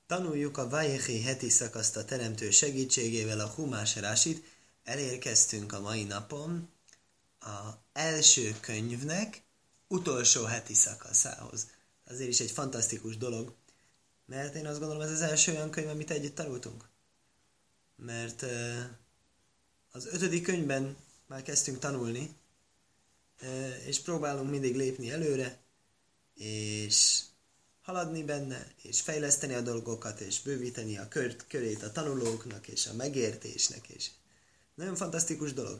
Tanuljuk a Vajehi heti szakaszt a Teremtő segítségével, a Humás Rásit. Elérkeztünk a mai napon a első könyvnek utolsó heti szakaszához. Azért is egy fantasztikus dolog, mert én azt gondolom, ez az első olyan könyv, amit együtt tanultunk. Mert az 5. könyvben már kezdtünk tanulni, és próbálunk mindig lépni előre, és haladni benne, és fejleszteni a dolgokat, és bővíteni a körét a tanulóknak, és a megértésnek, és nagyon fantasztikus dolog.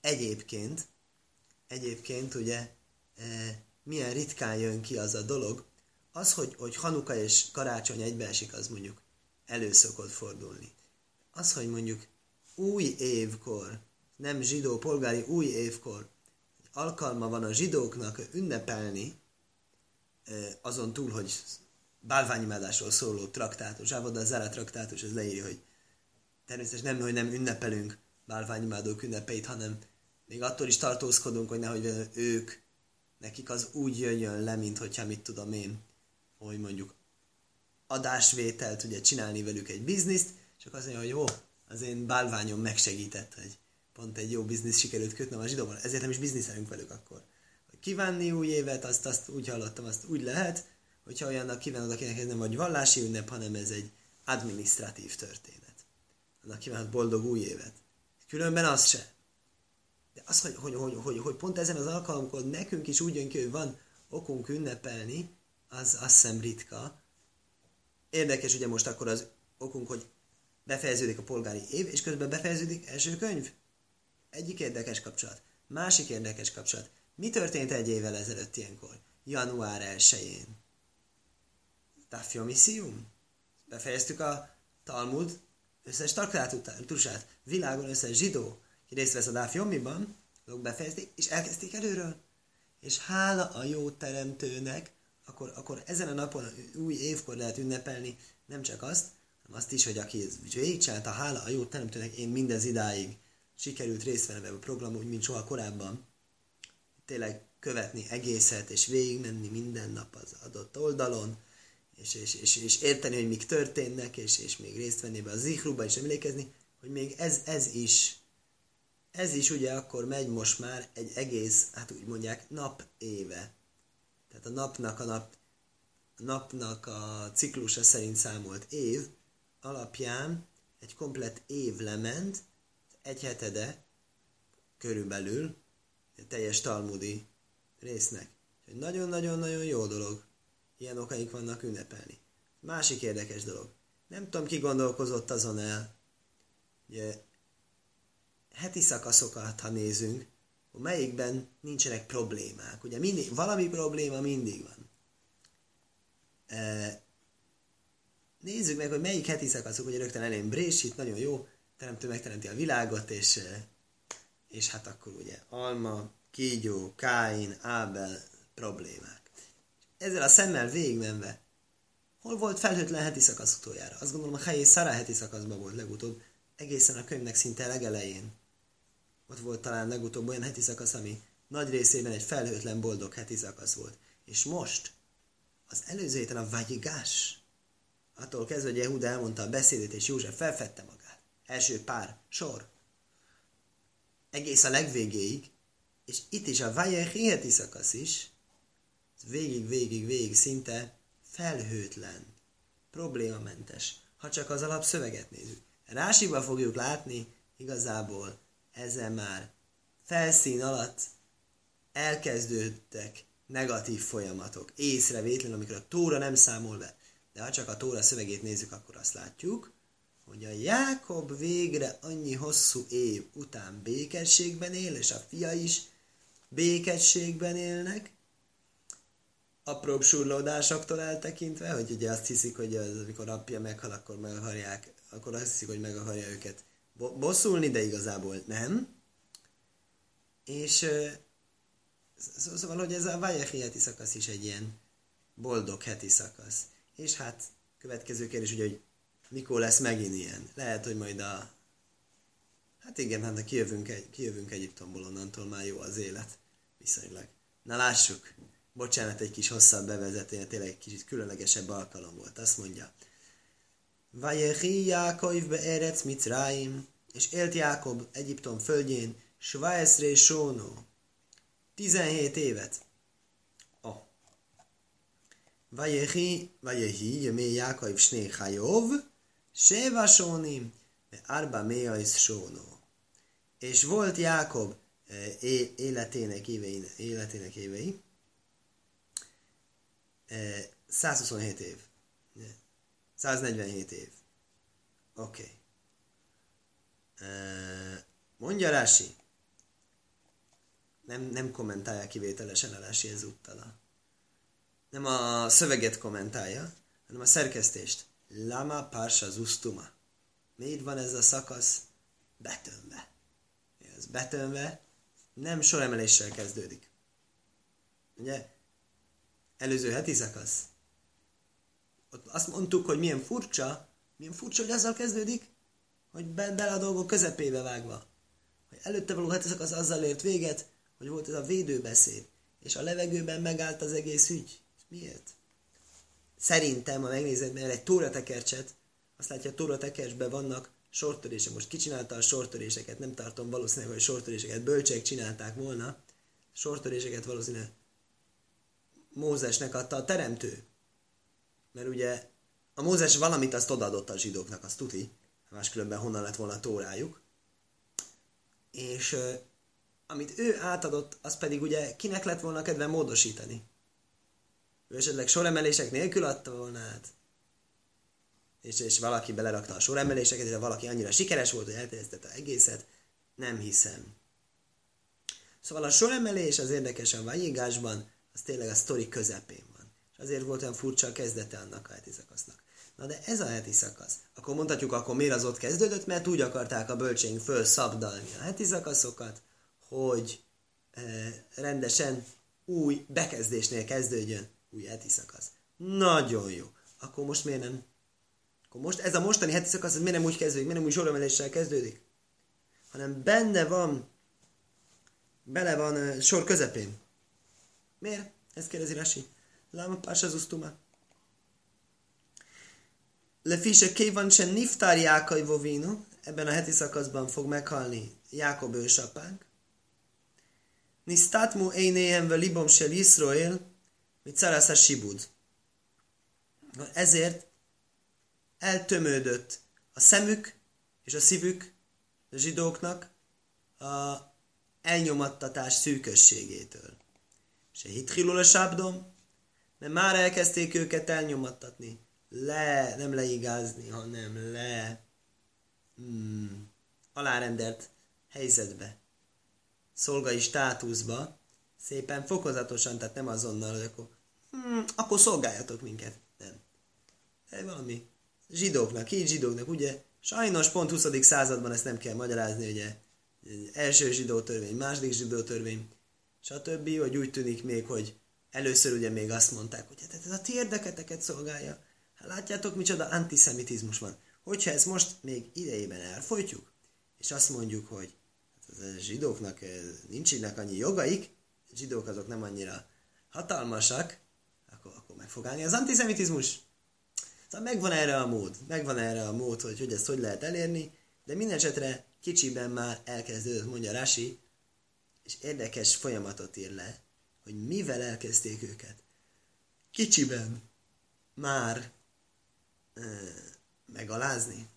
Egyébként ugye milyen ritkán jön ki az a dolog, az, hogy Hanuka és karácsony egybeesik, az mondjuk elő szokott fordulni. Az, hogy mondjuk új évkor, nem zsidó, polgári új évkor, alkalma van a zsidóknak ünnepelni, azon túl, hogy bálványimádásról szóló traktátus, Avoda Zara traktátus, az leírja, hogy természetesen nem ünnepelünk bálványimádók ünnepeit, hanem még attól is tartózkodunk, hogy nehogy nekik az úgy jöjjön le, mint hogyha mit tudom én, hogy mondjuk adásvételt ugye csinálni velük egy bizniszt, csak azt mondja, hogy jó, az én bálványom megsegített, hogy pont egy jó biznisz sikerült kötnem a zsidóval, ezért nem is bizniszelünk velük akkor. Hogy kívánni új évet, azt úgy hallottam, azt úgy lehet, hogyha olyannak kívánod, akinek ez nem vagy vallási ünnep, hanem ez egy adminisztratív történet. Annak kívánod boldog új évet. Különben az se. De az, hogy pont ezen az alkalomkor nekünk is úgy jön ki, hogy van okunk ünnepelni, az azt hiszem ritka. Érdekes ugye most akkor az okunk, hogy befejeződik a polgári év, és közben befejeződik első könyv. Egyik érdekes kapcsolat. Másik érdekes kapcsolat. Mi történt egy évvel ezelőtt ilyenkor? Január 1-én. Daf Yomi. Befejeztük a Talmud összes traktátusát. Világon összes zsidó, ki részt vesz a Daf Yomiban, azok befejezték, és elkezdték előről. És hála a jó teremtőnek, akkor ezen a napon új évkor lehet ünnepelni nem csak azt, hanem azt is, hogy aki végigcsinálta, hála a jó teremtőnek, én mindez idáig sikerült részt vennem ebben a programban, úgy, mint soha korábban. Tényleg követni egészet, és végigmenni minden nap az adott oldalon, és érteni, hogy mik történnek, és még részt venni be a zichruba, és emlékezni, hogy még ez is ugye akkor megy most már egy egész, hát úgy mondják, napéve. Tehát a napnak a ciklusa szerint számolt év alapján egy komplett év lement, egy hetede körülbelül teljes talmudi résznek. Nagyon-nagyon-nagyon jó dolog. Ilyen okaink vannak ünnepelni. Másik érdekes dolog. Nem tudom, ki gondolkozott azon el, hogy heti szakaszokat, ha nézünk, melyikben nincsenek problémák. Ugye valami probléma mindig van. Nézzük meg, hogy melyik heti szakaszok, ugye rögtön elén Brésit, nagyon jó, teremtő megteremti a világot, és hát akkor ugye Alma, Kígyó, Káin, Ábel problémák. Ezzel a szemmel végigmenve, hol volt felhőtlen heti szakasz utoljára? Azt gondolom, a Helyé Szará heti szakaszban volt legutóbb, egészen a könyvnek szinte legelején. Ott volt talán legutóbb olyan heti szakasz, ami nagy részében egy felhőtlen boldog heti szakasz volt. És most, az előző héten a Vayigás, attól kezdve, hogy Jehuda elmondta a beszédét, és József felfedte magát. Első pár sor. Egész a legvégéig, és itt is a Vayechi heti szakasz is, végig szinte felhőtlen, problémamentes, ha csak az alapszöveget nézzük. Rásiba fogjuk látni, igazából ezzel már felszín alatt elkezdődtek negatív folyamatok, észrevétlenül, amikor a Tóra nem számol be. De ha csak a Tóra szövegét nézzük, akkor azt látjuk, hogy a Jákob végre annyi hosszú év után békességben él, és a fia is békességben élnek, apróbb surlódásoktól eltekintve, hogy ugye azt hiszik, hogy amikor apja meghal, akkor megharják, akkor azt hiszik, hogy meg akarja őket bosszulni, de igazából nem. És szóval, hogy ez a Vayechi heti szakasz is egy ilyen boldog heti szakasz. És hát következő kérdés ugye, hogy mikor lesz megint ilyen. Lehet, hogy majd hát igen, hát kijövünk Egyiptomból, onnantól már jó az élet. Viszonylag. Na lássuk. Bocsánat, egy kis hosszabb bevezető, tényleg egy kicsit különlegesebb alkalom volt. Azt mondja, Vajehi Jákov be Erec Micráim, és élt Jákob Egyiptom földjén, Svájszré Sónó, 17 évet. Vajehi Jömé Jákov Sné Hajov, Séva Sónim, be Arba Méajsz Sónó. És volt Jákob életének évei 127 év. 147 év. Oké. Mondja Rási. Nem kommentálja kivételesen a Rási ezúttal. Nem a szöveget kommentálja, hanem a szerkesztést. Lama Parsa Zustuma. Miért van ez a szakasz? Betönve. Ez betönve nem soremeléssel kezdődik. Ugye? Előző heti szakasz. Ott azt mondtuk, hogy milyen furcsa, hogy azzal kezdődik, hogy bele a dolgok közepébe vágva. Hogy előtte való heti szakasz azzal ért véget, hogy volt ez a védőbeszéd, és a levegőben megállt az egész ügy. Miért? Szerintem, ha megnézed, mert egy tóratekercset, azt látja, a tóratekercsben vannak sortörések. Most ki csinálta a sortöréseket? Nem tartom valószínűleg, hogy sortöréseket bölcsek csinálták volna. Sortöréseket valószínűleg Mózesnek adta a teremtő. Mert ugye a Mózes valamit azt odaadott a zsidóknak, azt tuti. Máskülönben honnan lett volna a tórájuk. És amit ő átadott, az pedig ugye kinek lett volna kedve módosítani. Ő esetleg soremelések nélkül adta volna át. És valaki belerakta a soremeléseket, és valaki annyira sikeres volt, hogy elterjesztette egészet. Nem hiszem. Szóval a soremelés az érdekes a Vajigásban, az tényleg a sztori közepén van. És azért volt olyan furcsa a kezdete annak a heti szakasznak. Na de ez a heti szakasz. Akkor mondhatjuk, akkor miért az ott kezdődött? Mert úgy akarták a bölcsénk fölszabdalni a heti szakaszokat, hogy rendesen új bekezdésnél kezdődjön új heti szakasz. Nagyon jó. Akkor most miért nem? Akkor most ez a mostani heti szakasz, ez miért nem úgy kezdődik, miért nem úgy soromeléssel kezdődik? Hanem bele van sor közepén. Miért? Ezt kérdezi Rasi. Lama Pársa Zusztuma. Lefise kévan se niftár Jákai Vovino, ebben a heti szakaszban fog meghalni Jákob ősapánk. Nisztátmu énéhem ve libom sel Yisroel, mit szarász a sibud. Ezért eltömődött a szemük és a szívük a zsidóknak a elnyomattatás szűkösségétől. Se hitkilul a sábdom, mert már elkezdték őket elnyomattatni. Nem leigázni, hanem alárendelt helyzetbe, szolgai státuszba, szépen fokozatosan, tehát nem azonnal, hogy akkor szolgáljatok minket. Nem. De valami zsidóknak, így zsidóknak, ugye, sajnos pont 20. században ezt nem kell magyarázni, ugye, első zsidó törvény, második zsidó törvény, stb., hogy úgy tűnik még, hogy először ugye még azt mondták, hogy hát ez a ti érdeketeket szolgálja. Hát látjátok, micsoda antiszemitizmus van. Hogyha ezt most még idejében elfolytjuk, és azt mondjuk, hogy hát a zsidóknak nincsenek annyi jogaik, a zsidók azok nem annyira hatalmasak, akkor meg fog állni az antiszemitizmus. Szóval megvan erre a mód, hogy ezt hogy lehet elérni, de minden esetre kicsiben már elkezdődött, mondja Rashi, és érdekes folyamatot ír le, hogy mivel elkezdték őket. Kicsiben már megalázni,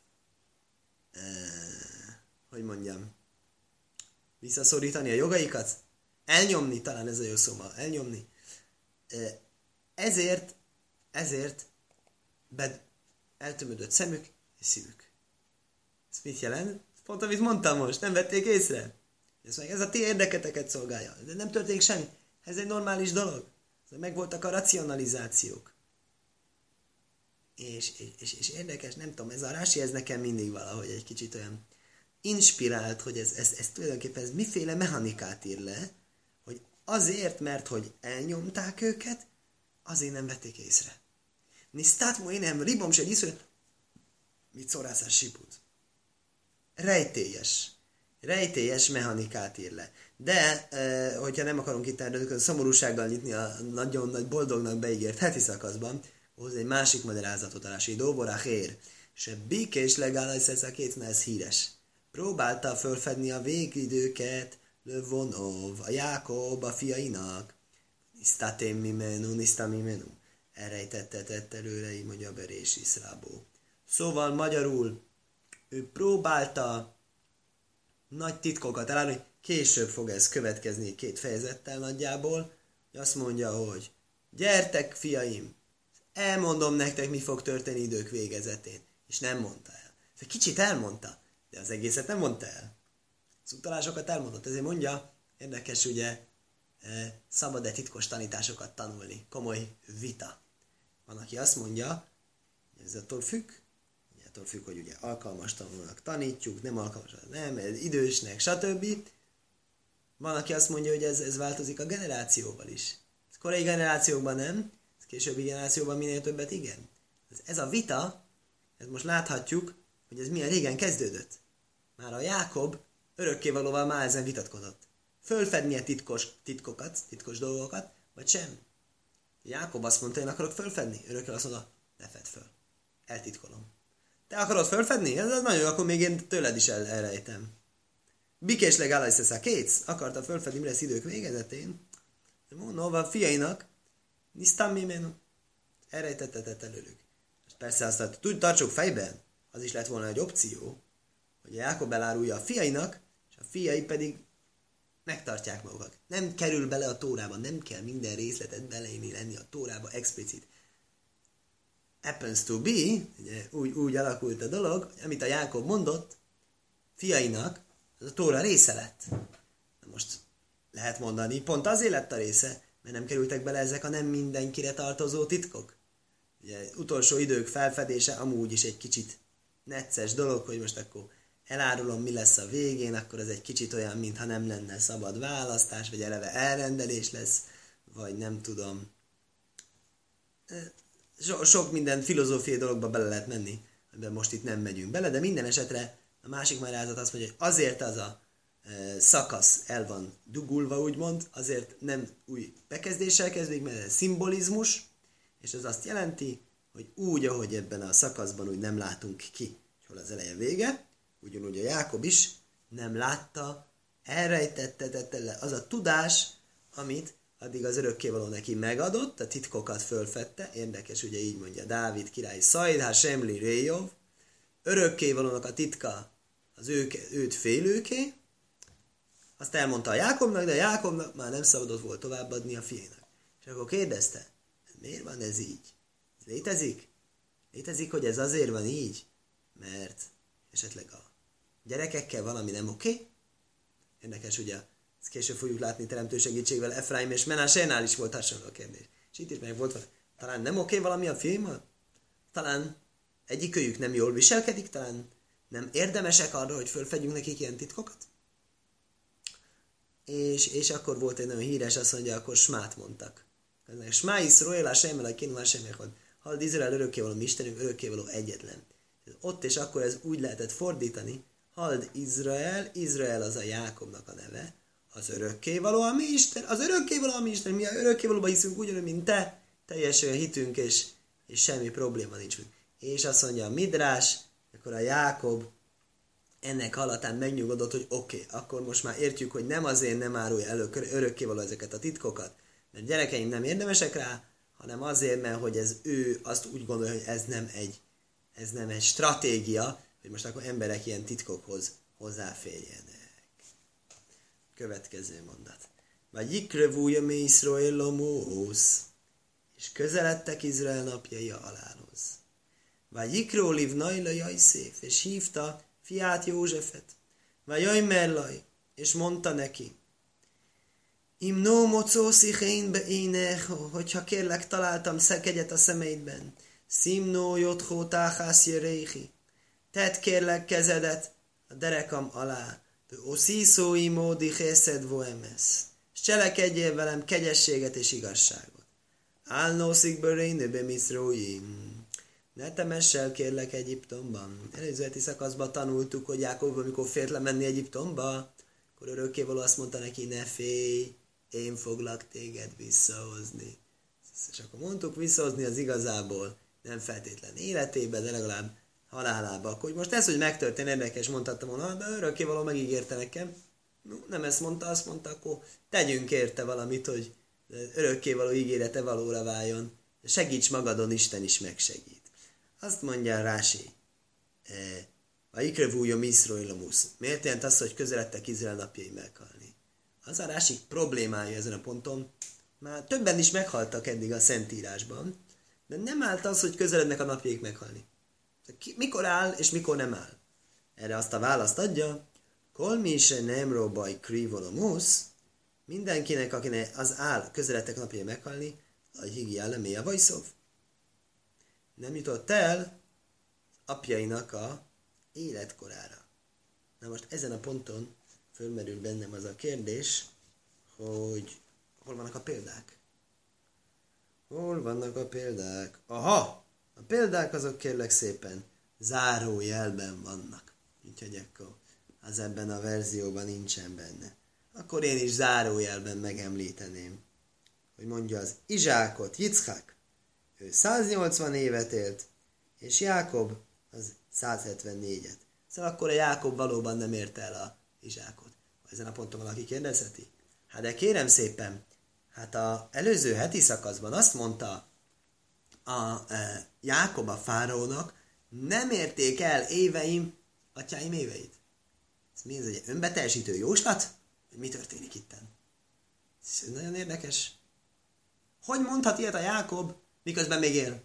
hogy mondjam, visszaszorítani a jogaikat, elnyomni, talán ez a jó szó ma, elnyomni. Ezért eltömödött szemük és szívük. Ez mit jelent? Pont amit mondtam most, nem vették észre. Ez a ti érdeketeket szolgálja. De nem történik semmi. Ez egy normális dolog. Megvoltak a racionalizációk. És érdekes, nem tudom, ez a Rashi, ez nekem mindig valahogy egy kicsit olyan inspirált, hogy ez tulajdonképpen ez miféle mechanikát ír le, hogy azért, mert hogy elnyomták őket, azért nem vették észre. Nisztátmó énem ribom se gyiszol, mit szorászás siput. Rejtélyes mechanikát ír le. De, hogyha nem akarunk itt a szomorúsággal nyitni a nagyon nagy boldognak beígért heti szakaszban, hoz egy másik magyarázatot a Rashi. Dóborach ér. Se békés legális ez a két, mert ez híres. Próbálta fölfedni a végidőket, Lövonov, a Jákob a fiainak. Nisztatém mimenu, nisztamimenu. Elrejtett előre, így mondja a Berés Iszrából. Szóval magyarul ő próbálta nagy titkokat elárulni, hogy később fog ez következni két fejezettel nagyjából, hogy azt mondja, hogy gyertek, fiaim, elmondom nektek, mi fog történni idők végezetén. És nem mondta el. Egy kicsit elmondta, de az egészet nem mondta el. Az utalásokat elmondott, ezért mondja, érdekes ugye, szabad-e titkos tanításokat tanulni. Komoly vita. Van, aki azt mondja, hogy ez attól függ, hogy ugye alkalmas tanulnak tanítjuk, nem alkalmas, nem, idősnek, stb. Van, aki azt mondja, hogy ez változik a generációval is. Ez korai generációkban nem, ez későbbi generációban minél többet igen. Ez a vita, ez most láthatjuk, hogy ez milyen régen kezdődött. Már a Jákob örökkévalóval már ezen vitatkozott. Fölfednie titkos dolgokat, vagy sem. Jákob azt mondta, én akarok fölfedni. Örökkévaló azt mondta, ne fedd föl. Eltitkolom. Te akarod fölfedni? Ez nagyon jó, akkor még én tőled is elrejtem. Bikés legális ez a kétsz, akarta fölfedni, mi lesz idők végezetén. Mondom, a fiainak, nisztam mimenu. Elrejtettetett előlük. Persze azt tartsuk fejben, az is lett volna egy opció, hogy Jákob elárulja a fiainak, és a fiai pedig megtartják magukat. Nem kerül bele a Tórába, nem kell minden részletet beleírni lenni a Tórába explicit. Happens to be, ugye, úgy alakult a dolog, amit a Jákob mondott, fiainak, az a Tóra része lett. Na most lehet mondani, pont azért lett a része, mert nem kerültek bele ezek a nem mindenkire tartozó titkok. Ugye, utolsó idők felfedése amúgy is egy kicsit necces dolog, hogy most akkor elárulom, mi lesz a végén, akkor ez egy kicsit olyan, mintha nem lenne szabad választás, vagy eleve elrendelés lesz, vagy nem tudom. Sok minden filozófiai dologba bele lehet menni, amiben most itt nem megyünk bele, de minden esetre a másik magyarázat azt mondja, hogy azért az a szakasz el van dugulva, úgymond, azért nem új bekezdéssel kezdődik, mert ez szimbolizmus, és ez azt jelenti, hogy úgy, ahogy ebben a szakaszban úgy nem látunk ki, hogy hol az eleje vége, ugyanúgy a Jákob is nem látta, elrejtette az a tudás, amit addig az örökkévaló neki megadott, a titkokat fölfedte, érdekes, ugye így mondja Dávid király, Szaid ha-Semli Réjov, örökkévalónak a titka az őt félőké, azt elmondta a Jákobnak, de a Jákobnak már nem szabadott volt továbbadni a fiának. És akkor kérdezte, miért van ez így? Ez létezik? Létezik, hogy ez azért van így, mert esetleg a gyerekekkel valami nem oké? Érdekes, ugye, ezt később fogjuk látni teremtő segítségvel, Efraim és Menáshénál is volt hasonló a kérdés. És itt is meg volt, talán nem oké valami a fiúmmal? Talán egyikőjük nem jól viselkedik, talán nem érdemesek arra, hogy fölfedjünk nekik ilyen titkokat? És akkor volt egy nagyon híres, azt mondja, akkor smát mondtak. Smá Iszrael, a Semmel, a Kinu, a Semmel, hald Izrael örökkévaló, mi Istenünk örökkévaló egyetlen. Ott és akkor ez úgy lehetett fordítani, hald Izrael, Izrael az a Jákobnak a neve, az örökkévaló a mi Isten, az örökkévaló a mi Isten, mi a örökkévalóban hiszünk ugyanúgy, mint te, teljes olyan hitünk, és semmi probléma nincs. És azt mondja a Midrás, akkor a Jákob ennek hallatán megnyugodott, hogy oké, akkor most már értjük, hogy nem azért nem árulja elő örökkévaló ezeket a titkokat, mert gyerekeim nem érdemesek rá, hanem azért, mert hogy ez ő azt úgy gondolja, hogy ez nem egy stratégia, hogy most akkor emberek ilyen titkokhoz hozzáférjenek. Következő mondat. Vagy jikrevúja mi Iszrael Mósz, és közeledtek Izrael napjai a halálhoz. Vagy jikróliv Najla Jajszéf, és hívta fiát Józsefet. Vagy jaj merlaj, és mondta neki, Imnó mocószi hénbe éneho, hogyha kérlek találtam kegyet a szemeidben, Szimnó jotchó táhász jöréhi, tedd kérlek kezedet a derekam alá, Osziszói módi hészed voemesz, és cselekedjél velem kegyességet és igazságot. Álnószik bőrénőbe miszróim. Ne temessel kérlek Egyiptomban. Előző heti szakaszban tanultuk, hogy Jákob, amikor fért le menni Egyiptomba, akkor örökkévaló azt mondta neki, ne félj, én foglak téged visszahozni. És akkor mondtuk, visszahozni az igazából nem feltétlen életébe, de legalább halálába. Akkor most ez, hogy megtörtént, érdekes, mondhattam volna, de örökkévaló megígérte nekem. No, nem ezt mondta, azt mondta, akkor tegyünk érte valamit, hogy örökkévaló ígérete valóra váljon. Segíts magadon, Isten is megsegít. Azt mondja Rási, a ikrevújom Iszroilamusz. Miért jelent az, hogy közeledtek Izrael napjai meghalni? Az a Rási problémája ezen a ponton. Már többen is meghaltak eddig a Szentírásban, de nem állt az, hogy közelednek a napjaik meghalni. Mikor áll, és mikor nem áll? Erre azt a választ adja, Kol mi se nem robaj krivolomusz, mindenkinek, akinek az áll, közeledtek a napjai meghalni, a higi államé a vajszov. Nem jutott el apjainak a életkorára. Na most ezen a ponton fölmerül bennem az a kérdés, hogy hol vannak a példák? Hol vannak a példák? Aha! A példák azok kérlek szépen zárójelben vannak. Úgyhogy akkor az ebben a verzióban nincsen benne. Akkor én is zárójelben megemlíteném, hogy mondja az Izsákot, Yitzchak, ő 180 évet élt, és Jákob az 174-et. Szóval akkor a Jákob valóban nem érte el a Izsákot. Ezen a ponton valaki kérdezheti. Hát de kérem szépen, hát az előző heti szakaszban azt mondta a Jákob a fáraónak, nem érték el éveim, atyáim éveit. Ez mi ez egy önbeteljesítő jóslat? Mi történik itten? Ez nagyon érdekes. Hogy mondhat ilyet a Jákob, miközben még él?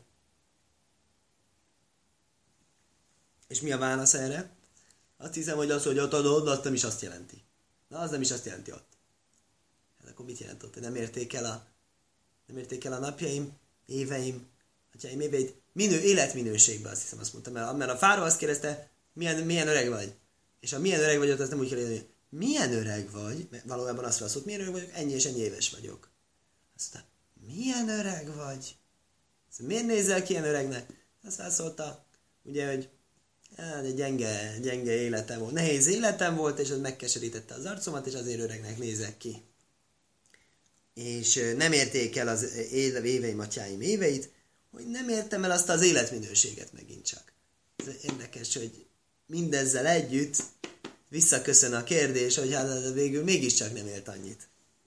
És mi a válasz erre? Azt hiszem, hogy az, hogy ott adod, azt nem is azt jelenti. Na, az nem is azt jelenti ott. Hát akkor mit jelent ott? Nem érték el a napjaim, éveim, atyáim éveit, életminőségben, azt hiszem, azt mondtam. Mert a fáraó azt kérdezte, milyen öreg vagy? És a milyen öreg vagy, ott azt nem úgy kérdezni, hogy milyen öreg vagy? Mert valójában azt válaszolt, milyen öreg vagyok? Ennyi és ennyi éves vagyok. Aztán, milyen öreg vagy? Miért nézel ki ilyen öregnek? Azt válaszolta, ugye, hogy egy gyenge életem volt. Nehéz életem volt, és az megkeserítette az arcomat, és azért öregnek nézek ki. És nem érték el az éveim, atyáim éveit, hogy nem értem el azt az életminőséget megint csak. Ez érdekes, hogy mindezzel együtt visszaköszön a kérdés, hogy hát végül mégiscsak nem élt annyit.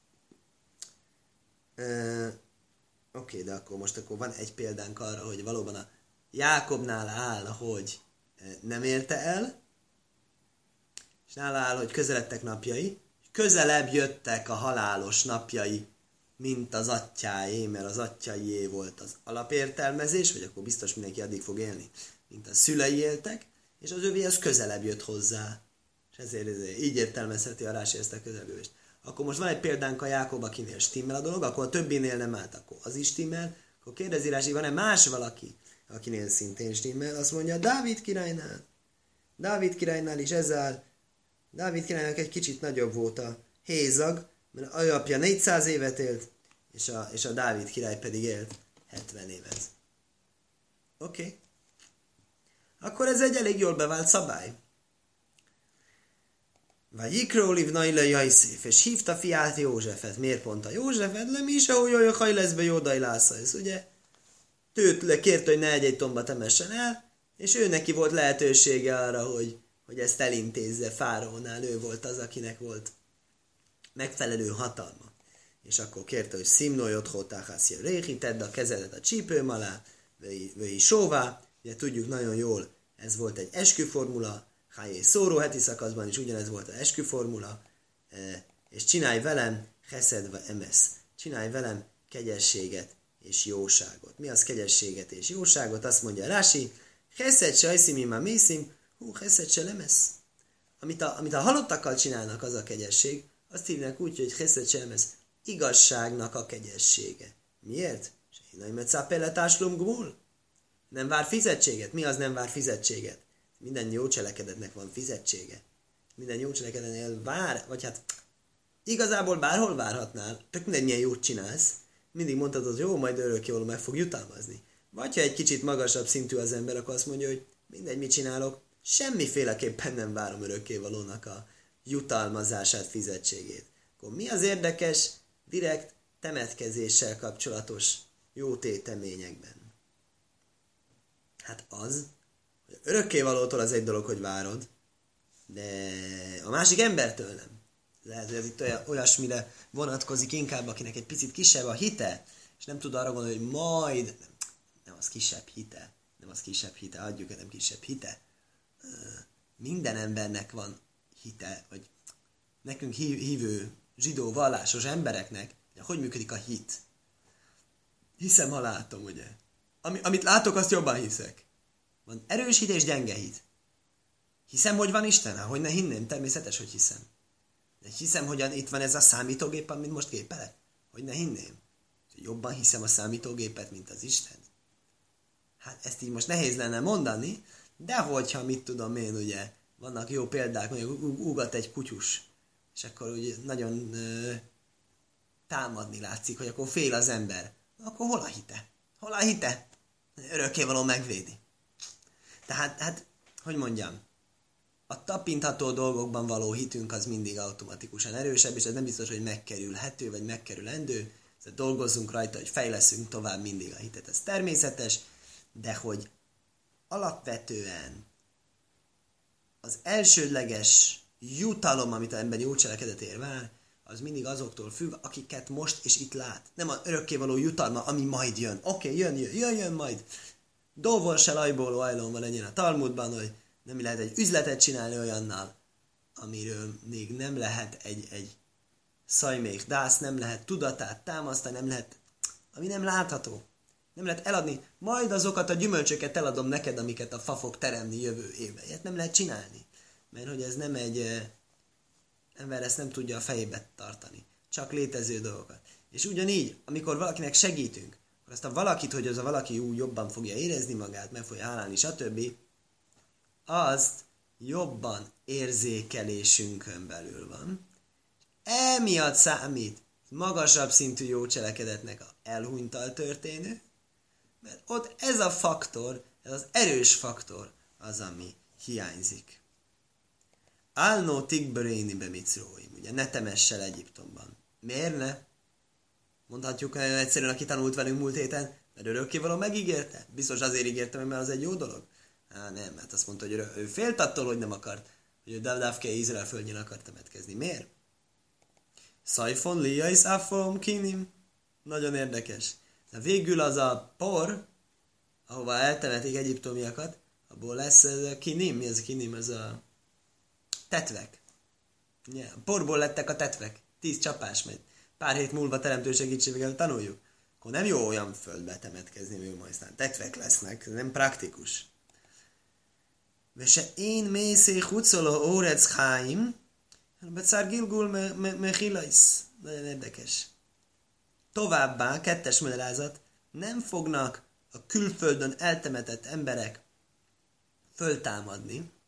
Oké, de akkor van egy példánk arra, hogy valóban a Jákobnál áll, hogy nem érte el, és nála áll, hogy közeledtek napjai, közelebb jöttek a halálos napjai, mint az atyáé, mert az atyaié volt az alapértelmezés, vagy akkor biztos mindenki addig fog élni, mint a szülei éltek, és az övé az közelebb jött hozzá. És ezért így értelmezheti a Rási ezt a közelülést. Akkor most van egy példánk a Jákob, akinél stimmel a dolog, akkor a többinél nem állt, akkor az is stimmel, akkor kérdezi Rási, van-e más valaki, akinél szintén stimmel, azt mondja, Dávid királynál. Dávid királynál is ez áll. Dávid királynak egy kicsit nagyobb volt a hézag, mert apja 400 évet élt, és a Dávid király pedig élt 70 évet. Oké. Akkor ez egy elég jól bevált szabály. Vagy Ikróliv Naila Jajszéf, és hívta fiát Józsefet. Miért pont a Józsefet? Nem is, ahogy olyan haj lesz be Jódai Lásza. Ez ugye tőt kérte, hogy ne egy tomba temessen el, és ő neki volt lehetősége arra, hogy ezt elintézze fáraónál. Ő volt az, akinek volt megfelelő hatalma. És akkor kérte, hogy Szimnójot hótáhászja réhi, tedd a kezedet a csípőm alá, vői sóvá. Ugye tudjuk nagyon jól, ez volt egy esküformula, Hájé szóró heti szakaszban is ugyanez volt az esküformula, és csinálj velem heszedve emesz. Csinálj velem kegyességet és jóságot. Mi az kegyességet és jóságot? Azt mondja Rási, heszed se ajszim imá mészim, heszed se lemesz. Amit a halottakkal csinálnak, az a kegyesség, azt hívnak úgy, hogy heszed se lemesz. Igazságnak a kegyessége. Miért? Nem vár fizetséget. Mi az nem vár fizetséget? Minden jó cselekedetnek van fizetsége. Minden jó cselekedetnél vár, vagy hát igazából bárhol várhatnál, tök mindegy milyen jót csinálsz, mindig mondhatod, hogy jó, majd örökkévaló meg fog jutalmazni. Vagy ha egy kicsit magasabb szintű az ember, akkor azt mondja, hogy mindegy, mit csinálok, semmiféleképpen nem várom örökkévalónak a jutalmazását, fizetségét. Akkor mi az érdekes, direkt temetkezéssel kapcsolatos jó téteményekben? Hát az, hogy Örökkévalótól az egy dolog, hogy várod, de a másik embertől nem. Lehet, hogy ez itt olyasmire vonatkozik inkább, akinek egy picit kisebb a hite, és nem tud arra gondolni, hogy majd, nem az kisebb hite, adjuk el, nem kisebb hite. Minden embernek van hite, vagy nekünk hívő, zsidó, vallásos embereknek, hogy működik a hit. Hiszem, ha látom, ugye. Amit látok, azt jobban hiszek. Van erős hit és gyenge hit. Hiszem, hogy van Isten? Hogy ne hinném? Természetes, hogy hiszem. De hiszem, hogy itt van ez a számítógép, amit most gépelek? Hogy ne hinném? Jobban hiszem a számítógépet, mint az Isten. Hát ezt így most nehéz lenne mondani, de hogyha, mit tudom én, ugye, vannak jó példák, mondjuk ugat egy kutyus, és akkor ugye nagyon támadni látszik, hogy akkor fél az ember. Akkor hol a hite? Hol a hite? Örökkévaló megvédi. Tehát, hát, hogy mondjam, a tapintható dolgokban való hitünk az mindig automatikusan erősebb, és ez nem biztos, hogy megkerülhető, vagy megkerülendő. Szóval dolgozzunk rajta, hogy fejleszünk tovább mindig a hitet. Ez természetes, de hogy alapvetően az elsődleges jutalom, amit az ember jó cselekedetért vár, az mindig azoktól függ, akiket most és itt lát. Nem az örökkévaló jutalma, ami majd jön. Oké, jön majd. Dóvon se lajból ajlóban legyen a Talmudban, hogy nem lehet egy üzletet csinálni olyannal, amiről még nem lehet egy szajmék dász, nem lehet tudatát támasztani, nem lehet, ami nem látható. Nem lehet eladni. Majd azokat a gyümölcsöket eladom neked, amiket a fa fog teremni jövő évben. Ilyet nem lehet csinálni. Mert hogy ez nem egy ember ezt nem tudja a fejébe tartani. Csak létező dolgokat. És ugyanígy, amikor valakinek segítünk, akkor azt a valakit, hogy az a valaki úgy jobban fogja érezni magát, meg fogja hálálni, stb., azt jobban érzékelésünkön belül van. Emiatt számít magasabb szintű jó cselekedetnek a elhunytal történő, mert ott ez a faktor, ez az erős faktor az, ami hiányzik. Álnó tikböréni be micróim, ugye ne temessel Egyiptomban. Miért ne? Mondhatjuk egyszerűen, aki tanult velünk múlt héten, mert örökkévaló megígérte. Biztos azért ígértem, mert az egy jó dolog. Nem, hát azt mondta, hogy ő félt attól, hogy nem akart, hogy ő Davdavke Izrael földjén akart temetkezni. Miért? Szajfon liais affom kinim. Nagyon érdekes. De végül az a por, ahova eltemetik egyiptomiakat, abból lesz ez a kinim. Mi ez a kinim? Ez a tetvek. Yeah. Porból lettek a tetvek. 10 csapás megy. Pár hét múlva teremtő segítségével tanuljuk. Akkor nem jó olyan földbe temetkezni, még majd aztán tetvek lesznek. Ez nem praktikus. Vese én mészé hucoló órec háim, becár gilgul mechilaisz. Nagyon érdekes. Továbbá, kettes magyarázat, nem fognak a külföldön eltemetett emberek föltámadni,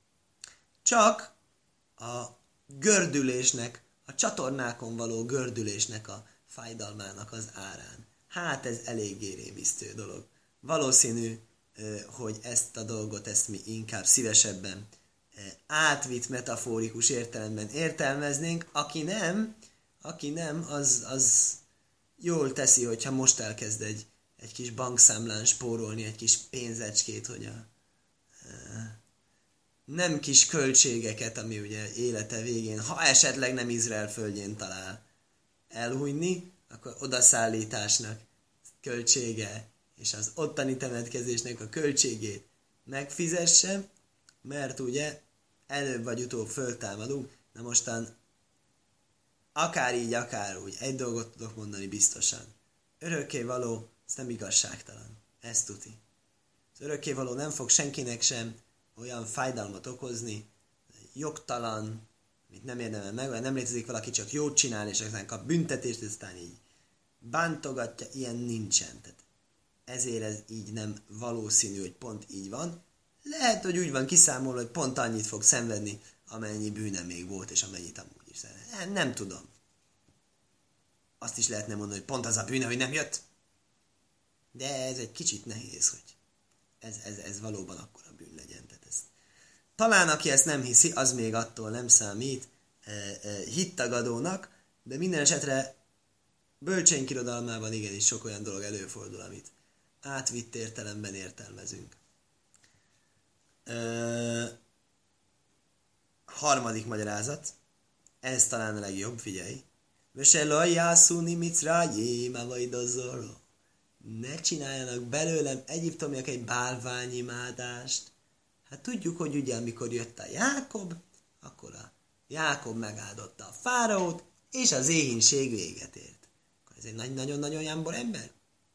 csak a gördülésnek, a csatornákon való gördülésnek a fájdalmának az árán. Hát ez eléggé rémisztő dolog. Valószínű, hogy ezt a dolgot, ezt mi inkább szívesebben átvitt metaforikus értelemben értelmeznénk. Aki nem, az jól teszi, hogyha most elkezd egy kis bankszámlán spórolni, egy kis pénzecskét, hogy nem kis költségeket, ami ugye élete végén, ha esetleg nem Izrael földjén talál elhunyni, akkor odaszállításnak költsége, és az ottani temetkezésnek a költségét megfizesse, mert ugye előbb vagy utóbb föltámadunk. Na mostan akár így, akár úgy, egy dolgot tudok mondani biztosan. Örökkévaló, ez nem igazságtalan. Ez tuti. Az örökkévaló nem fog senkinek sem olyan fájdalmat okozni, jogtalan, amit nem érdemel meg, nem létezik valaki, csak jót csinál, és aztán kap büntetést, és aztán így bántogatja, ilyen nincsen. Tehát ezért ez így nem valószínű, hogy pont így van. Lehet, hogy úgy van kiszámolva, hogy pont annyit fog szenvedni, amennyi bűne még volt, és amennyit amúgy is szenved. Nem tudom. Azt is lehetne mondani, hogy pont az a bűne, hogy nem jött. De ez egy kicsit nehéz, hogy ez valóban akkora bűn legyen. Tehát ez. Talán aki ezt nem hiszi, az még attól nem számít hittagadónak, de minden esetre bölcseink irodalmában igenis sok olyan dolog előfordul, amit átvitt értelemben értelmezünk. Ö, harmadik magyarázat, ez talán a legjobb, figyelj. Veselaj jászúni micrájém, avajdozoró. Ne csináljanak belőlem egyiptomiak egy bálványimádást. Hát tudjuk, hogy ugye amikor jött a Jákob, akkor a Jákob megáldotta a fáraót, és az éhínség véget ért. Akkor ez egy nagyon-nagyon jámbor ember?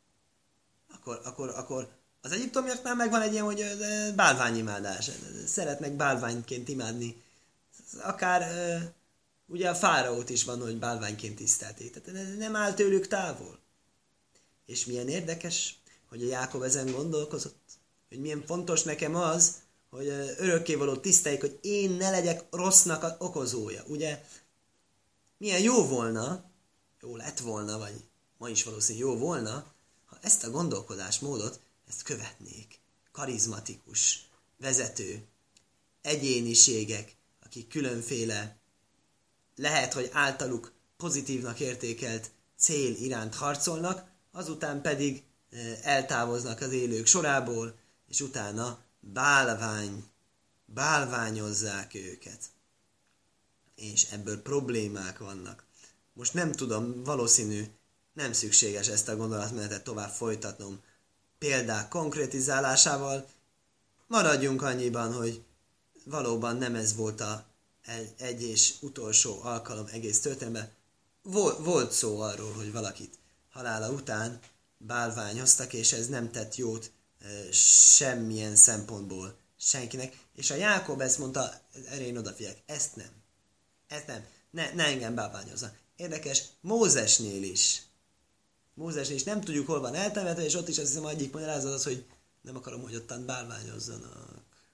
Akkor az egyiptomiaknál megvan egy ilyen, hogy bálványimádás. Szeretnek bálványként imádni. Akár ugye a fáraót is van, hogy bálványként tisztelték. Tehát nem áll tőlük távol. És milyen érdekes, hogy a Jákob ezen gondolkozott, hogy milyen fontos nekem az, hogy örökkévaló tiszteljék, hogy én ne legyek rossznak az okozója. Ugye, milyen jó volna, jó lett volna, vagy ma is valószínűleg jó volna, ha ezt a gondolkodásmódot, ezt követnék. Karizmatikus, vezető, egyéniségek, akik különféle, lehet, hogy általuk pozitívnak értékelt cél iránt harcolnak, azután pedig eltávoznak az élők sorából, és utána bálványozzák őket. És ebből problémák vannak. Most nem tudom, valószínű, nem szükséges ezt a gondolatmenetet tovább folytatnom példák konkrétizálásával. Maradjunk annyiban, hogy valóban nem ez volt egy és utolsó alkalom egész történetben. Volt szó arról, hogy valakit halála után bálványoztak, és ez nem tett jót semmilyen szempontból senkinek. És a Jákob ezt mondta, erre én odafigyelek, ezt nem. Ne engem bálványozza. Érdekes, Mózesnél is nem tudjuk, hol van eltemetve, és ott is azt hiszem, egyik magyarázat az, hogy nem akarom, hogy ottan bálványozzanak.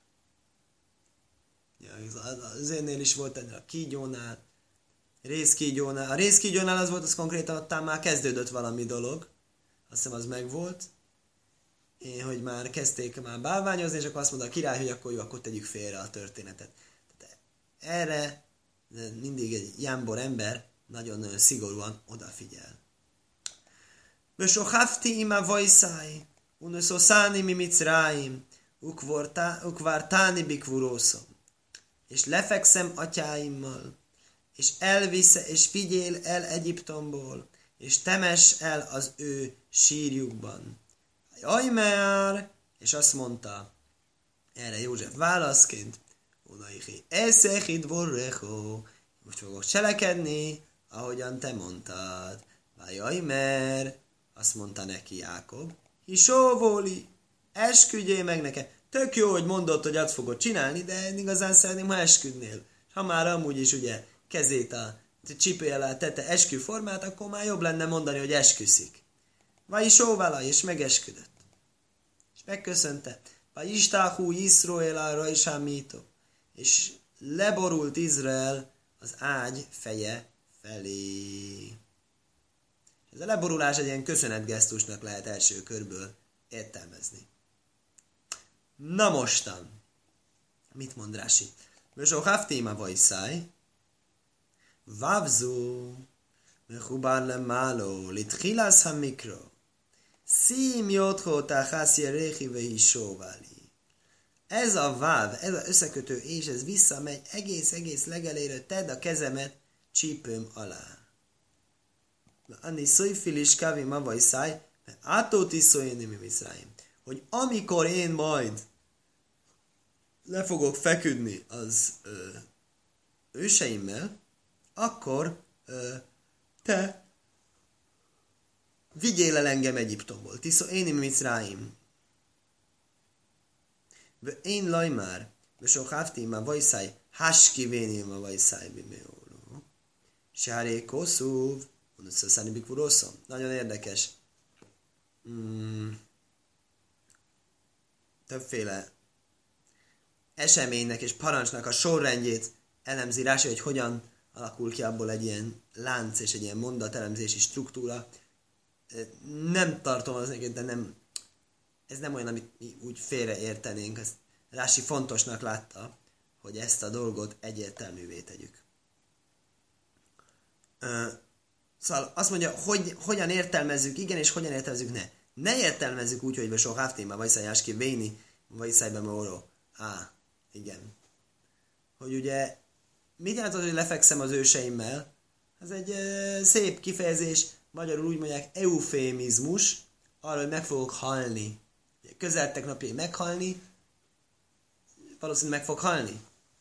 Ja, az énnél is volt ennél a kígyónál, rézkígyónál. A rézkígyónál az volt, az konkrétan ott már kezdődött valami dolog. Azt hiszem, az megvolt. Hogy már kezdték már bálványozni, és akkor azt mondta a király, hogy akkor jó, akkor tegyük félre a történetet. Tehát erre mindig egy jámbor ember nagyon szigorúan odafigyel. Besohafti ima vajszáj, unoszószáni mi micráim, ukvártáni bikvurószom. És lefekszem atyáimmal, és és vigyél el Egyiptomból, és temess el az ő sírjukban. Jaj már! És azt mondta erre József válaszként, Unaihi eszechid vorrecho, most fogok cselekedni, ahogyan te mondtad. Jaj mert! Azt mondta neki Jákob, Hisóvóli, esküdjél meg nekem. Tök jó, hogy mondod, hogy azt fogod csinálni, de én igazán szeretném, ha esküdnél. Ha már amúgy is ugye kezét csípője alá tette esküformát, akkor már jobb lenne mondani, hogy esküszik. Vagy sóvala, és megesküdött. És megköszönte. Vagy istáhú Iszrael arra is ámító. És leborult Izrael az ágy feje felé. Ez a leborulás egy ilyen köszönetgesztusnak lehet első körből értelmezni. Na mostan, mit mond Rási? Vösohaftéma vajszáj, vávzó, mechubár lemáló, litchilász ha mikro, szím jótho táhász jeréhi vehisóváli. Ez a váv, ez az összekötő és ez visszamegy egész legelére, tedd a kezemet csípőm alá. Anni szojfilis kávi ma vajszáj, átóti szojni mi Miszráim. Hogy amikor én majd le fogok feküdni az őseimmel, akkor te vigyél el engem Egyiptomból. Tiszó én Miszráim. Én lajmár, vesokávti ma vajszáj, háski véni ma vajszáj bimeóró. Sáré koszúv, unoszaszányi bikvuroszom. Nagyon érdekes. Többféle eseménynek és parancsnak a sorrendjét elemzi Rási, hogy hogyan alakul ki abból egy ilyen lánc és egy ilyen mondatelemzési struktúra. Nem tartom az neked, de nem, ez nem olyan, amit mi úgy félreértenénk. Ezt Rási fontosnak látta, hogy ezt a dolgot egyértelművé tegyük. Szóval azt mondja, hogy hogyan értelmezzük, igen, és hogyan értelmezzük, ne. Ne értelmezzük úgy, hogy soha haftéma vajszájáski véni vajszájbe moró. Igen. Hogy ugye, mit jelent az, hogy lefekszem az őseimmel? Ez egy szép kifejezés, magyarul úgy mondják eufémizmus, arra, hogy meg fogok halni. Közeltek napjai meghalni, valószínűleg meg fog halni.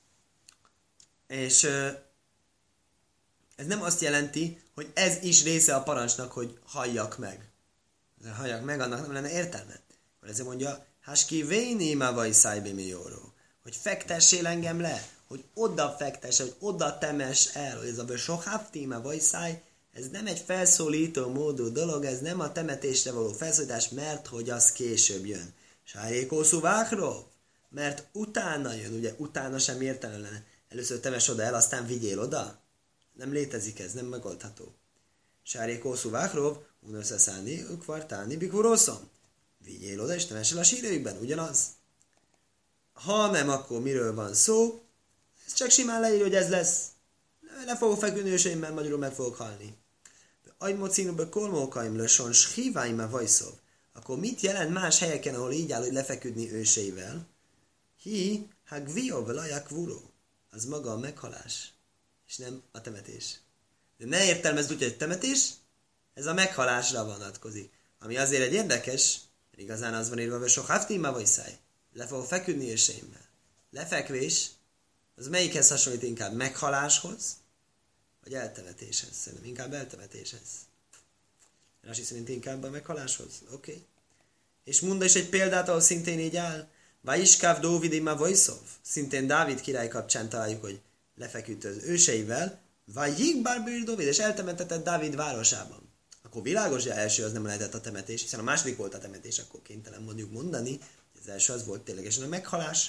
És ez nem azt jelenti, hogy ez is része a parancsnak, hogy halljak meg. Halljak meg, annak nem lenne értelme. Akkor ezért mondja, Haski véni ma vaj szájbémióró, hogy fektessél engem le, hogy oda fektesse, hogy oda temes el, hogy ez a sohafti ma vaj száj, ez nem egy felszólító módú dolog, ez nem a temetésre való felszólítás, mert hogy az később jön. Sárékószú váhrov, mert utána jön, ugye utána sem értelme lenne. Először temes oda el, aztán vigyél oda. Nem létezik ez, nem megoldható. Sárékószú váhrov, unösszállni, kvartálni, bikurószom. Vigyél oda, és temess el a sírőjükben, ugyanaz. Ha nem, akkor miről van szó? Ez csak simán leír, hogy ez lesz. Le fogok feküdni őseimmel, magyarul meg fogok halni. Agymocínúbe kolmókaim löson, shíváim vajszov. Akkor mit jelent más helyeken, ahol így áll, hogy lefeküdni őseivel? Hi, ha gviov lajak vuró. Az maga a meghalás, és nem a temetés. De ne értelmezd úgy, hogy temetés, ez a meghalásra vonatkozik. Ami azért egy érdekes, mert igazán az van írva, hogy sok haftima vagy száj. Le fogok feküdni őseimmel. Lefekvés, az melyikhez hasonlít inkább meghaláshoz, vagy eltemetéshez? Szerintem inkább eltemetéshez. Rási szerint inkább a meghaláshoz. Oké. Okay. És mondja is egy példát, ahol szintén így áll. Vajiskáv Dóvidima Vojszov. Szintén Dávid király kapcsán találjuk, hogy lefeküdt az őseivel. Vajjik Barbir Dóvid, és eltemettetett Dávid városában. Akkor világos, hogy az első az nem lehetett a temetés, hiszen a második volt a temetés, akkor kénytelen mondjuk mondani, hogy az első az volt ténylegesen a meghalás.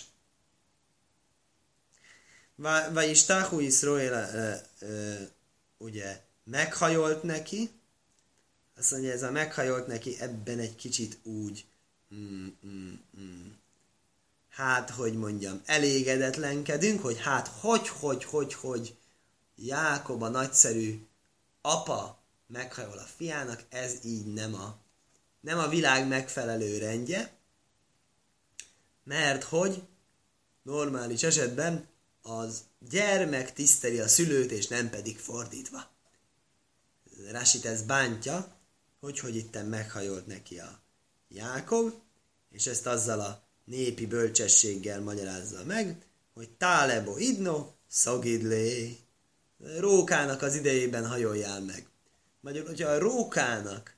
Vajistáhu Iszroél ugye meghajolt neki, azt mondja, ez a meghajolt neki ebben egy kicsit úgy, hát, hogy mondjam, elégedetlenkedünk, hogy hát, hogy Jákob a nagyszerű apa meghajol a fiának, ez így nem a világ megfelelő rendje, mert hogy normális esetben az gyermek tiszteli a szülőt, és nem pedig fordítva. Rasit ez bántja, hogy itten meghajolt neki a Jákob, és ezt azzal a népi bölcsességgel magyarázza meg, hogy Tálebo idno, szagidlé, rókának az idejében hajoljál meg. Magyarul, hogyha a rókának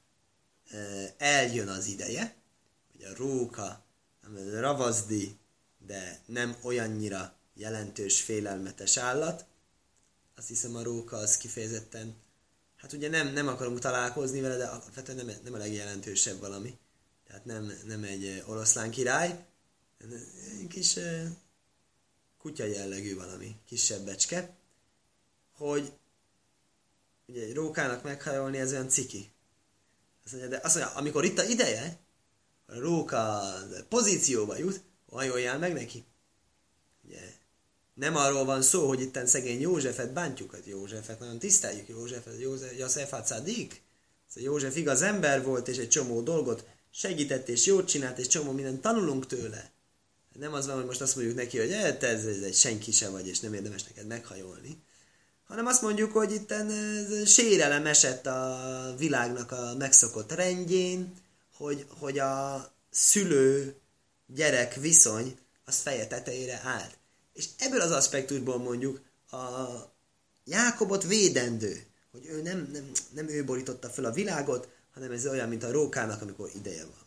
eljön az ideje, hogy a róka ravazdi, de nem olyannyira jelentős, félelmetes állat, azt hiszem a róka az kifejezetten, hát ugye nem akarunk találkozni vele, de alapvetően nem a legjelentősebb valami. Tehát nem egy oroszlán király, egy kis kutya jellegű valami, kisebb becske, hogy ugye egy rókának meghajolni, ez olyan ciki. Azt mondja, amikor itt a ideje, a róka pozícióba jut, hajoljál meg neki. Ugye, nem arról van szó, hogy itten szegény Józsefet bántjuk, hogy Józsefet nagyon tiszteljük, Józsefát szádik. József igaz ember volt, és egy csomó dolgot segített, és jót csinált, és csomó mindent tanulunk tőle. Nem az van, hogy most azt mondjuk neki, hogy ez egy senki se vagy, és nem érdemes neked meghajolni. Hanem azt mondjuk, hogy itten sérelem esett a világnak a megszokott rendjén, hogy a szülő-gyerek viszony az feje tetejére állt. És ebből az aspektusból mondjuk a Jákobot védendő, hogy ő nem ő borította fel a világot, hanem ez olyan, mint a rókának, amikor ideje van.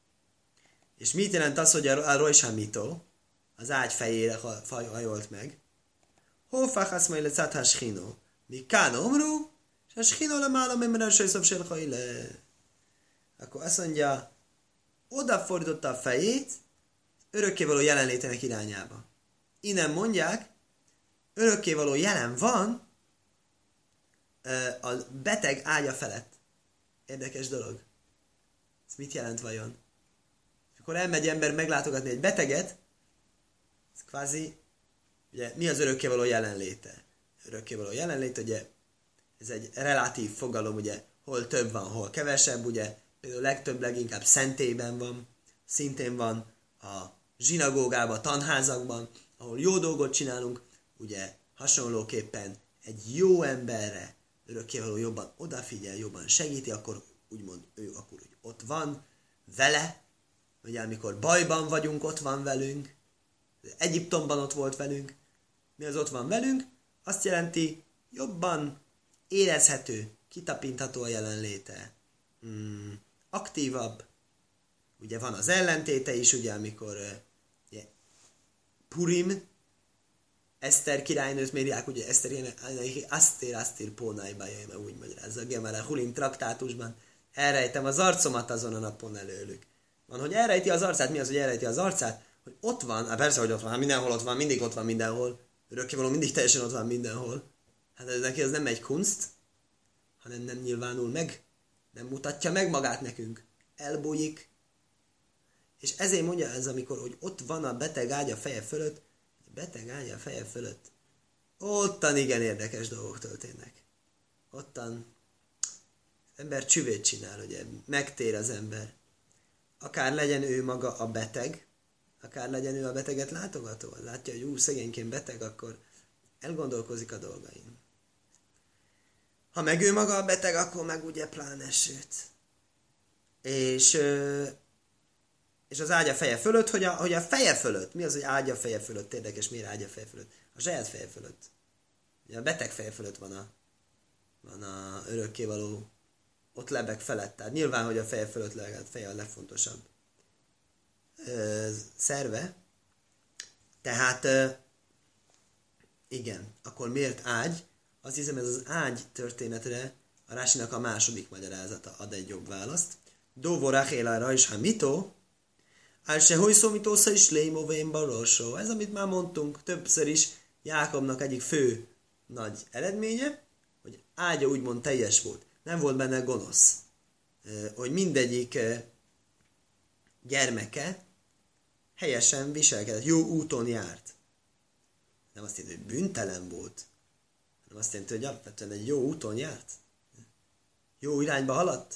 És mit jelent az, hogy a Rojsamitó az ágy fejére hajolt meg? Hófach azt majd lecát ha schino. Mi kán omru, és a schino lemála memre sajszobb selhajle. Akkor azt mondja, odafordította a fejét örökkévaló jelenlétének irányába. Innen mondják, örökkévaló jelen van a beteg ágya felett. Érdekes dolog. Ez mit jelent vajon? Akkor elmegy ember meglátogatni egy beteget, ez kvázi, ugye mi az örökkévaló jelenléte? Örökkévaló jelenlét, ugye ez egy relatív fogalom, ugye hol több van, hol kevesebb, ugye például leginkább szentében van, szintén van a zsinagógában, tanházakban, ahol jó dolgot csinálunk, ugye hasonlóképpen egy jó emberre örökkévaló jobban odafigyel, jobban segíti, akkor úgymond ő akkor úgy ott van vele, ugye amikor bajban vagyunk, ott van velünk, Egyiptomban ott volt velünk, mi az ott van velünk, azt jelenti jobban érezhető, kitapintható a jelenléte, aktívabb, ugye van az ellentéte is, ugye amikor ugye, Purim, Eszter királynőt mérják, ugye Eszter Asztér Pónájba jöjjön, úgy magyarázza a Gemara Hulin traktátusban, elrejtem az arcomat azon a napon előlük. Van, hogy elrejti az arcát, mi az, hogy elrejti az arcát? Hogy ott van, hát persze, hogy ott van, mindenhol ott van, mindig ott van mindenhol, örökkévaló mindig teljesen ott van mindenhol. Hát ez neki az nem egy kunst, hanem nem nyilvánul meg, nem mutatja meg magát nekünk, elbújik. És ezért mondja ez, amikor, hogy ott van a beteg ágya feje fölött, beteg ágya feje fölött, ottan igen érdekes dolgok történnek. Ottan az ember csüvét csinál, ugye, megtér az ember. Akár legyen ő maga a beteg, akár legyen ő a beteget látogató. Látja, hogy szegényként beteg, akkor elgondolkozik a dolgain. Ha meg ő maga a beteg, akkor meg ugye pláne sőt. És az ágya feje fölött, hogy a feje fölött, mi az, hogy ágya feje fölött, érdekes, miért ágya feje fölött? A saját feje fölött. Ugye a beteg feje fölött van a örökkévaló, ott lebeg felett. Tehát nyilván, hogy a feje fölött lebeg, a feje a legfontosabb szerve. Tehát igen, akkor miért ágy? Azt hiszem, ez az ágy történetre a Rásinak a második magyarázata ad egy jobb választ. Dóvorach élára is mitó, se hojszómitósza is lémovén barosó. Ez, amit már mondtunk többször is, Jákobnak egyik fő nagy eredménye, hogy ágya úgymond teljes volt. Nem volt benne gonosz. Hogy mindegyik gyermeke helyesen viselkedett, jó úton járt. Nem azt jelenti, hogy bűntelen volt, hanem azt jelenti, hogy alapvetően egy jó úton járt. Jó irányba haladt.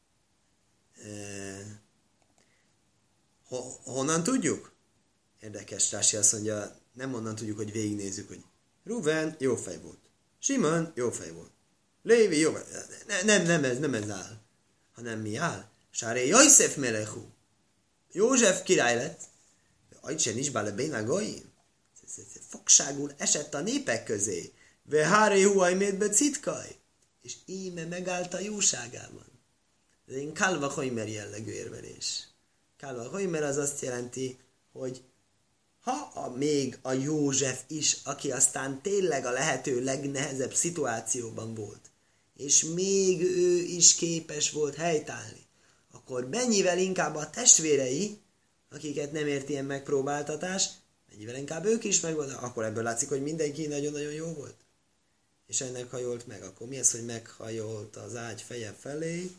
Honnan tudjuk? Érdekes, Rási azt mondja, nem onnan tudjuk, hogy végignézzük, hogy Ruven jó fej volt. Simon jó fej volt. Lévi jó fej. Nem ez áll. Hanem mi áll? Sáré Jajszef Melechu. József király lett. Ajtsen is bále béna goyim. Fogságul esett a népek közé. Ve háré huaj be citkaj. És íme megállt a jóságában. Ez egy Kalva Hoimer jellegű érvelés. Kalva Hoimer az azt jelenti, hogy még a József is, aki aztán tényleg a lehető legnehezebb szituációban volt, és még ő is képes volt helytállni, akkor mennyivel inkább a testvérei, akiket nem ért ilyen megpróbáltatás, mennyivel inkább ők is megvoltak, akkor ebből látszik, hogy mindenki nagyon-nagyon jó volt. És ennek hajolt meg. Akkor mi ez, hogy meghajolt az ágy feje felé?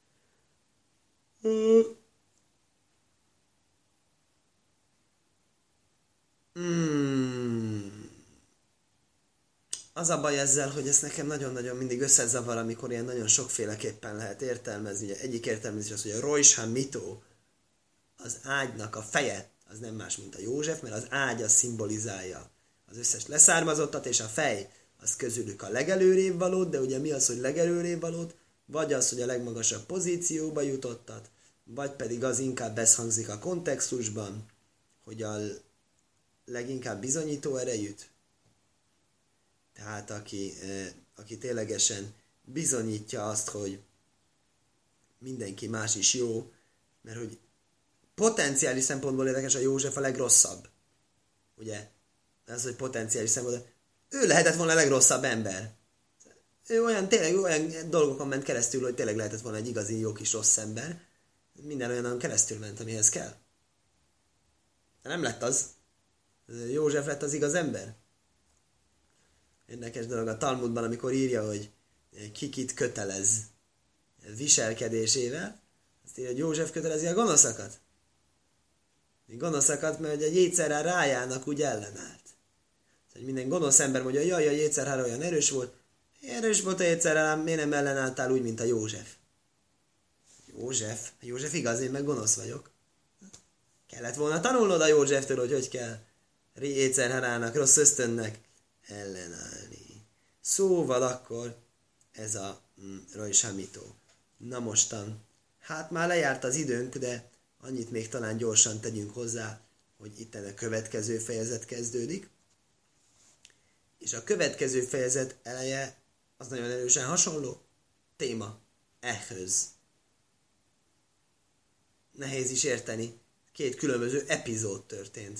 Az a baj ezzel, hogy ez nekem nagyon-nagyon mindig összezavar, amikor ilyen nagyon sokféleképpen lehet értelmezni. Ugye egyik értelmezés az, hogy a Rojsham Mitó, az ágynak a feje, az nem más, mint a József, mert az ágy az szimbolizálja az összes leszármazottat, és a fej az közülük a legelőrébb valót, de ugye mi az, hogy legelőrébb valót? Vagy az, hogy a legmagasabb pozícióba jutottat, vagy pedig az inkább beszhangzik a kontextusban, hogy a leginkább bizonyító erejűt. Tehát aki ténylegesen bizonyítja azt, hogy mindenki más is jó, mert hogy potenciális szempontból érdekes, a József a legrosszabb. Ugye? Ez, hogy potenciális szempontból. Ő lehetett volna a legrosszabb ember. Ő olyan dolgokon ment keresztül, hogy tényleg lehetett volna egy igazi jó kis rossz ember. Minden olyanon keresztül ment, amihez kell. De nem lett az. József lett az igaz ember. Érdekes dolog a Talmudban, amikor írja, hogy kikit kötelez viselkedésével, azt írja, hogy József kötelezi a gonoszakat. Gonoszakat, mert egy Jézerrel rájának úgy ellenállt. Szóval minden gonosz ember mondja, jaj, a Jézerrel olyan erős volt a Jézerrel, miért nem ellenálltál úgy, mint a József? József igaz, én meg gonosz vagyok. Kellett volna tanulnod a Józseftől, hogy kell Écer Harának, rossz ösztönnek ellenállni. Szóval akkor ez a Rosh Hamitó. Na mostan, hát már lejárt az időnk, de annyit még talán gyorsan tegyünk hozzá, hogy itt a következő fejezet kezdődik. És a következő fejezet eleje az nagyon erősen hasonló téma. Ehhez. Nehéz is érteni. Két különböző epizód történt.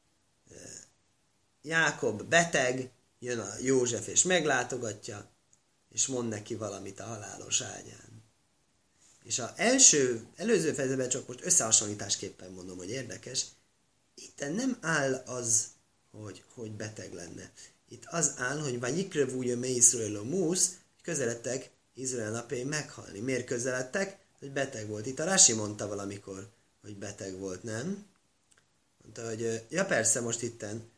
Jákob beteg, jön a József és meglátogatja, és mond neki valamit a halálos ágyán. És az előző fejezetben csak most összehasonlításképpen mondom, hogy érdekes, itt nem áll az, hogy beteg lenne. Itt az áll, hogy Vajikravúja me Iszrael a músz, hogy közeledtek Izrael napjai meghalni. Miért közeledtek? Hogy beteg volt. Itt a Rasi mondta valamikor, hogy beteg volt, nem? Mondta, hogy ja persze most itten,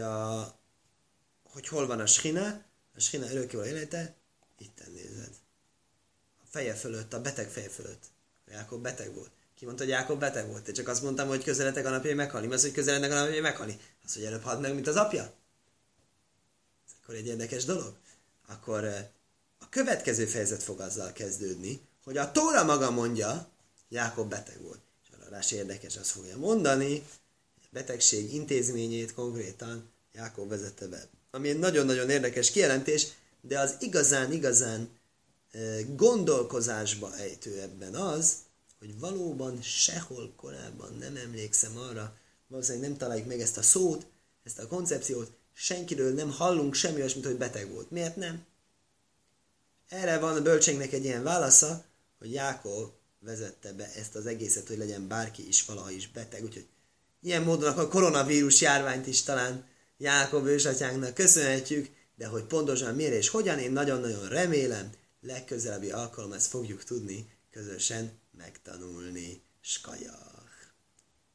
hogy hol van a Shchina örökkévaló élete, itten nézed. A feje fölött, a beteg feje fölött. Jákob beteg volt. Ki mondta, hogy Jákob beteg volt? Én csak azt mondtam, hogy közeledtek a napjai meghalni. Mi az, hogy közelednek a napjai meghalni? Az, hogy előbb halt meg, mint az apja? Ez akkor egy érdekes dolog. Akkor a következő fejezet fog azzal kezdődni, hogy a Tóra maga mondja, Jákob beteg volt. És a Rási érdekes, azt fogja mondani, a betegség intézményét konkrétan Jákob vezette be. Ami egy nagyon-nagyon érdekes kijelentés, de az igazán gondolkozásba ejtő ebben az, hogy valóban sehol korábban nem emlékszem arra, valószínűleg nem találjuk meg ezt a szót, ezt a koncepciót, senkiről nem hallunk semmi olyasmit, hogy beteg volt. Miért nem? Erre van a bölcségnek egy ilyen válasza, hogy Jákob vezette be ezt az egészet, hogy legyen bárki is valaha is beteg, úgyhogy ilyen módon a koronavírus járványt is talán Jákob ősatyánknak köszönhetjük, de hogy pontosan miért és hogyan, én nagyon-nagyon remélem, legközelebbi alkalommal ezt fogjuk tudni közösen megtanulni. Skaja!